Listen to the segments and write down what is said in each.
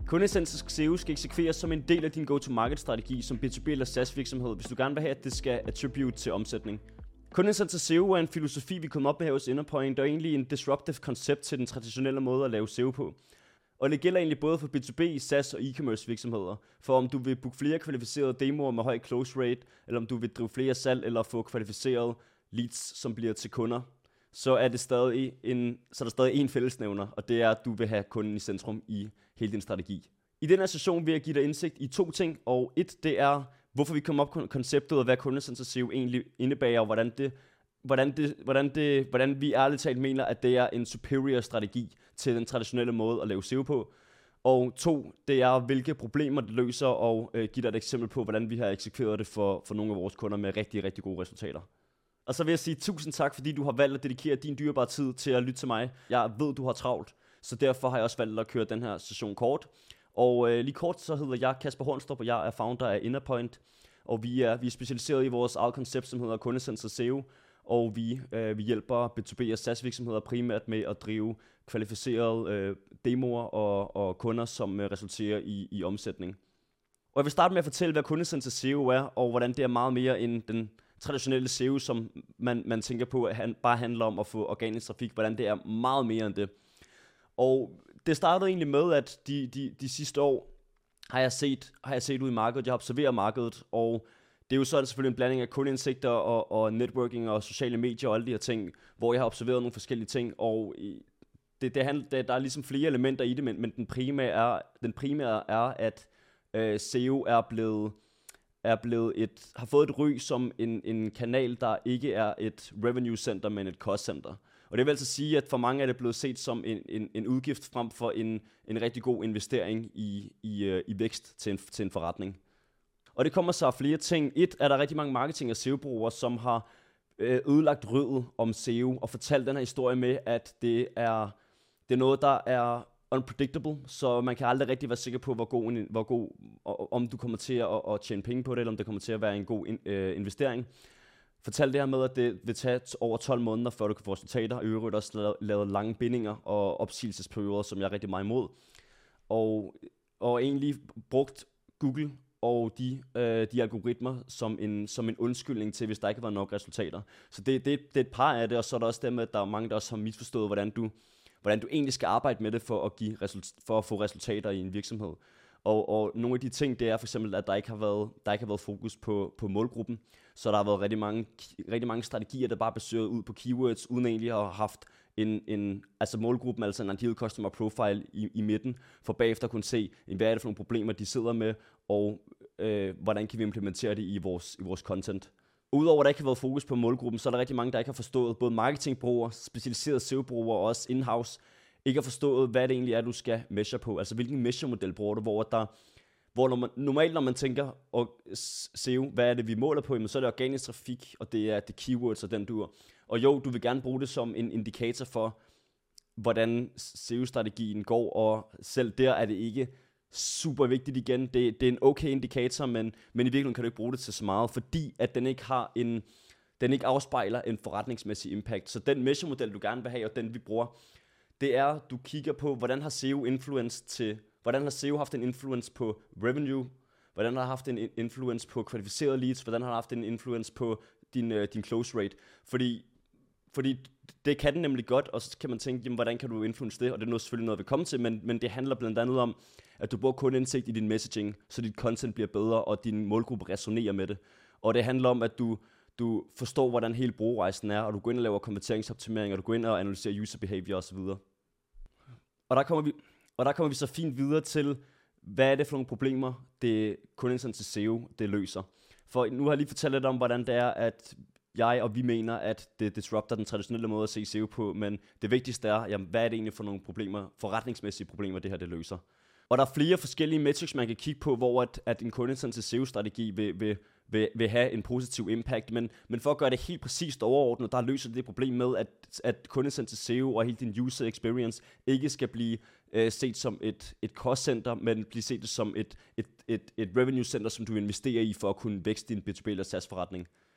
Kundecentrisk SEO skal eksekveres som en del af din go-to-market-strategi som B2B eller SaaS-virksomhed, hvis du gerne vil have, at det skal attribute til omsætning. Kundecentrisk SEO er en filosofi, vi kom op med hos Innerpoint, og egentlig en disruptive koncept til den traditionelle måde at lave SEO på. Og det gælder egentlig både for B2B, SaaS og e-commerce virksomheder. For om du vil booke flere kvalificerede demoer med høj close rate, eller om du vil drive flere salg eller få kvalificerede leads, som bliver til kunder, så er der stadig en fællesnævner, og det er, at du vil have kunden i centrum i hele din strategi. I den her session vil jeg give dig indsigt i 2 ting, og et, det er, hvorfor vi kom op med konceptet, og hvad kundecentrisk SEO egentlig indebærer, og hvordan vi ærligt talt mener, at det er en superior strategi til den traditionelle måde at lave SEO på. Og 2, det er, hvilke problemer det løser, og give dig et eksempel på, hvordan vi har eksekveret det for nogle af vores kunder med rigtig, rigtig gode resultater. Og så vil jeg sige tusind tak, fordi du har valgt at dedikere din dyrebare tid til at lytte til mig. Jeg ved, du har travlt, så derfor har jeg også valgt at køre den her session kort. Og lige kort, så hedder jeg Kasper Hornstrup, og jeg er founder af Innerpoint. Og vi er specialiseret i vores eget koncept, som hedder kundecentrisk SEO. Og vi hjælper B2B og SaaS virksomheder primært med at drive kvalificerede demoer og kunder, som resulterer i omsætning. Og jeg vil starte med at fortælle, hvad kundecentrisk SEO er, og hvordan det er meget mere end den traditionelle SEO, som man tænker på, at bare handler om at få organisk trafik, hvordan det er meget mere end det. Og det startede egentlig med, at de sidste år har jeg set ud i markedet, jeg har observeret markedet, og det er jo sådan selvfølgelig en blanding af kundeindsigter og networking og sociale medier og alle de her ting, hvor jeg har observeret nogle forskellige ting, og der er ligesom flere elementer i det, men den primære er at SEO har fået et ry som en kanal, der ikke er et revenue center, men et cost center. Og det vil altså sige, at for mange er det blevet set som en udgift frem for en rigtig god investering i vækst til en forretning. Og det kommer så af flere ting. Et, er der rigtig mange marketing- og SEO-brugere, som har ødelagt rødet om SEO og fortalt den her historie med, at det er noget, der er unpredictable, så man kan aldrig rigtig være sikker på, hvor god om du kommer til at tjene penge på det, eller om det kommer til at være en god investering. Fortæl det her med, at det vil tage over 12 måneder, før du kan få resultater, og i øvrigt også lavet lange bindinger og opsigelsesperioder, som jeg er rigtig meget imod. Og egentlig brugt Google og de algoritmer som en undskyldning til, hvis der ikke var nok resultater. Så det er et par af det, og så er der også dem, at der er mange, der også har misforstået, hvordan du egentlig skal arbejde med det for at få resultater i en virksomhed. Og nogle af de ting, det er for eksempel, at der ikke har været fokus på målgruppen. Så der har været rigtig mange strategier, der bare er baseret ud på keywords, uden egentlig at have haft altså målgruppen, altså en ideal customer profile i midten, for bagefter at kunne se, hvad er det for nogle problemer, de sidder med, og hvordan kan vi implementere det i vores content. Udover at der ikke har været fokus på målgruppen, så er der rigtig mange, der ikke har forstået, både marketingbrugere, specialiserede SEO-brugere og også in-house, ikke har forstået, hvad det egentlig er, du skal measure på. Altså hvilken measure-model bruger du, hvor normalt, når man tænker SEO, hvad er det, vi måler på, så er det organisk trafik, og det er det keywords og den dur. Og jo, du vil gerne bruge det som en indikator for, hvordan SEO-strategien går, og selv der er det ikke super vigtigt igen. Det er en okay indikator, men i virkeligheden kan du ikke bruge det til så meget, fordi at den ikke afspejler en forretningsmæssig impact. Så den measure-model, du gerne vil have, og den vi bruger, det er, du kigger på, hvordan har SEO haft en influence på revenue, hvordan har det haft en influence på kvalificerede leads, hvordan har det haft en influence på din close rate. Fordi det kan den nemlig godt, og så kan man tænke, jamen, hvordan kan du influence det, og det er selvfølgelig noget, vi kommer til, men det handler blandt andet om, at du bruger kun indsigt i din messaging, så dit content bliver bedre, og din målgruppe resonerer med det. Og det handler om, at du forstår, hvordan hele brugerrejsen er, og du går ind og laver konverteringsoptimering, og du går ind og analyserer user behavior osv. Og der kommer vi så fint videre til, hvad er det for nogle problemer, det kundecentrisk SEO det løser. For nu har jeg lige fortalt lidt om, hvordan det er, at jeg og vi mener, at det disrupter den traditionelle måde at se SEO på, men det vigtigste er, jamen, hvad er det egentlig for nogle problemer, forretningsmæssige problemer, det her det løser. Og der er flere forskellige metrics, man kan kigge på, hvor at en kundecentrisk SEO-strategi vil have en positiv impact, men for at gøre det helt præcist overordnet, der løser det problem med, at kundecentrisk SEO og hele din user experience ikke skal blive set som et cost center, men blive set som et revenue center, som du investerer i for at kunne vækste din B2B eller SaaS forretning.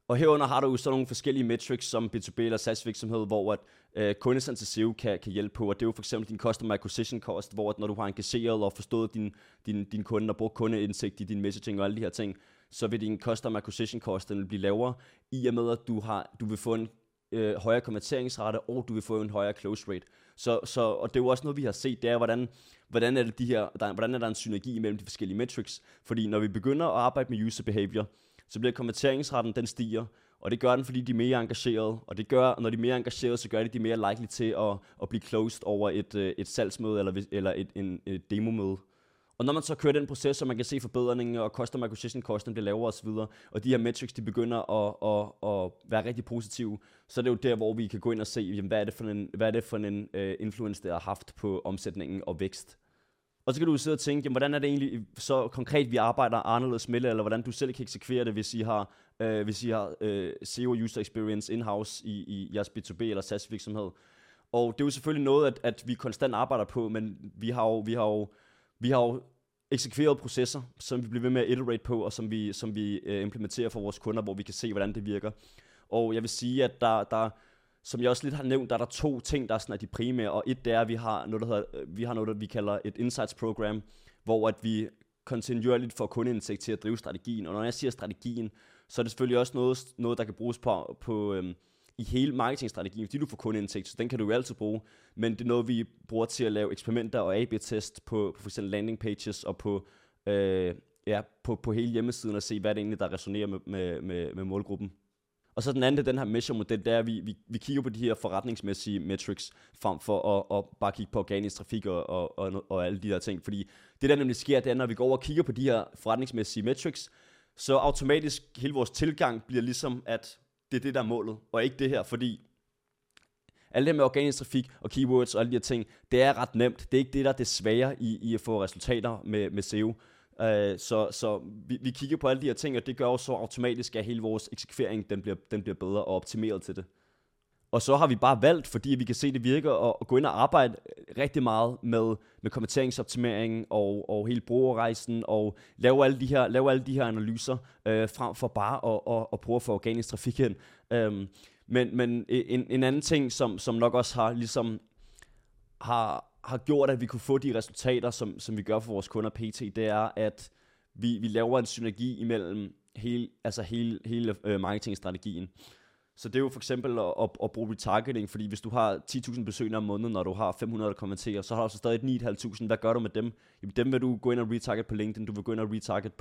Og herunder har du jo så nogle forskellige metrics som B2B eller SaaS virksomhed, hvor at kundecenter SEO kan hjælpe på, og det er jo for eksempel din customer acquisition cost, hvor at når du har engageret og forstået din kunde og brugt kundeindsigt i din messaging og alle de her ting, så vil din customer acquisition cost den vil blive lavere, i og med at du vil få en højere konverteringsrate, og du vil få en højere close rate. Og det er jo også noget, vi har set, det er, hvordan er der en synergi mellem de forskellige metrics, fordi når vi begynder at arbejde med user behavior, så bliver konverteringsraten, den stiger, og det gør den, fordi de er mere engagerede, og det gør, når de er mere engagerede, så gør det de mere likely til at blive closed over et salgsmøde eller et demomøde. Og når man så kører den proces, så man kan se forbedringen, og customer acquisition kosten bliver lavere osv., og de her metrics, de begynder at være rigtig positive, så er det jo der, hvor vi kan gå ind og se, jamen, hvad er det for en influence, det har haft på omsætningen og vækst. Og så kan du sidde og tænke, jamen, hvordan er det egentlig så konkret, vi arbejder anderledes med det, eller hvordan du selv kan eksekvere det, hvis I har SEO user experience in-house i jeres B2B eller SaaS virksomhed. Og det er jo selvfølgelig noget, at vi konstant arbejder på, men vi har jo eksekveret processer, som vi bliver ved med at iterate på, og som vi implementerer for vores kunder, hvor vi kan se, hvordan det virker. Og jeg vil sige, at der som jeg også lidt har nævnt, der er der 2 ting, der er sådan de primære, og et det er, at vi har noget, vi kalder et insights program, hvor at vi kontinuerligt får kundeindsigt til at drive strategien. Og når jeg siger strategien, så er det selvfølgelig også noget der kan bruges på i hele marketingstrategien, fordi du får kundeindsigt, så den kan du jo altid bruge, men det er noget, vi bruger til at lave eksperimenter og A/B-test på for eksempel landing pages og på hele hjemmesiden og se, hvad det egentlig, der resonerer med målgruppen. Og så den anden, den her measure-model, det er, at vi kigger på de her forretningsmæssige metrics, frem for at bare kigge på organisk trafik og alle de her ting. Fordi det der nemlig sker, det er, når vi går over og kigger på de her forretningsmæssige metrics, så automatisk hele vores tilgang bliver ligesom, at det er det, der er målet, og ikke det her, fordi alt det med organisk trafik og keywords og alle de her ting, det er ret nemt. Det er ikke det, der er det svære i at få resultater med SEO. Så vi kigger på alle de her ting, og det gør jo så automatisk, at hele vores eksekvering, den bliver bedre og optimeret til det. Og så har vi bare valgt, fordi vi kan se, at det virker, at gå ind og arbejde rigtig meget med konverteringsoptimering og hele brugerrejsen, og lave alle de her analyser, frem for bare at prøve at få organisk trafik ind. Men en anden ting, som nok også har gjort, at vi kunne få de resultater, som vi gør for vores kunder PT, det er, at vi laver en synergi imellem hele marketingstrategien. Så det er jo for eksempel at bruge retargeting, fordi hvis du har 10.000 besøgende om måneden, når du har 500, der kommenterer, så har du så stadig 9.500. Hvad gør du med dem? Jamen dem vil du gå ind og retarget på LinkedIn, du vil gå ind og retarget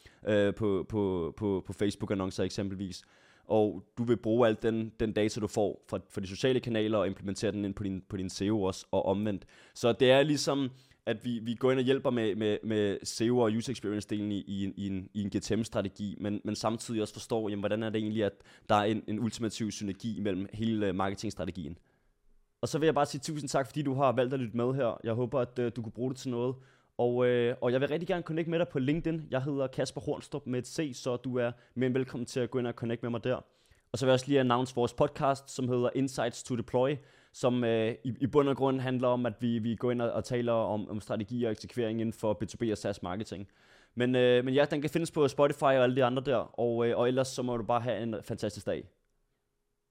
på Facebook-annoncer eksempelvis. Og du vil bruge al den data, du får fra de sociale kanaler, og implementere den ind på din SEO også, og omvendt. Så det er ligesom, at vi går ind og hjælper med SEO og user experience-delen i en GTM-strategi, men samtidig også forstår, jamen, hvordan er det egentlig, at der er en ultimativ synergi mellem hele marketingstrategien. Og så vil jeg bare sige tusind tak, fordi du har valgt at lytte med her. Jeg håber, at du kunne bruge det til noget. Og jeg vil rigtig gerne connecte med dig på LinkedIn. Jeg hedder Kasper Hornstrup med et C, så du er mere end velkommen til at gå ind og connecte med mig der. Og så vil jeg også lige announce vores podcast, som hedder Insights to Deploy, som i bund og grund handler om, at vi går ind og taler om strategi og eksekvering inden for B2B og SaaS marketing. Men ja, den kan findes på Spotify og alle de andre der, og ellers så må du bare have en fantastisk dag.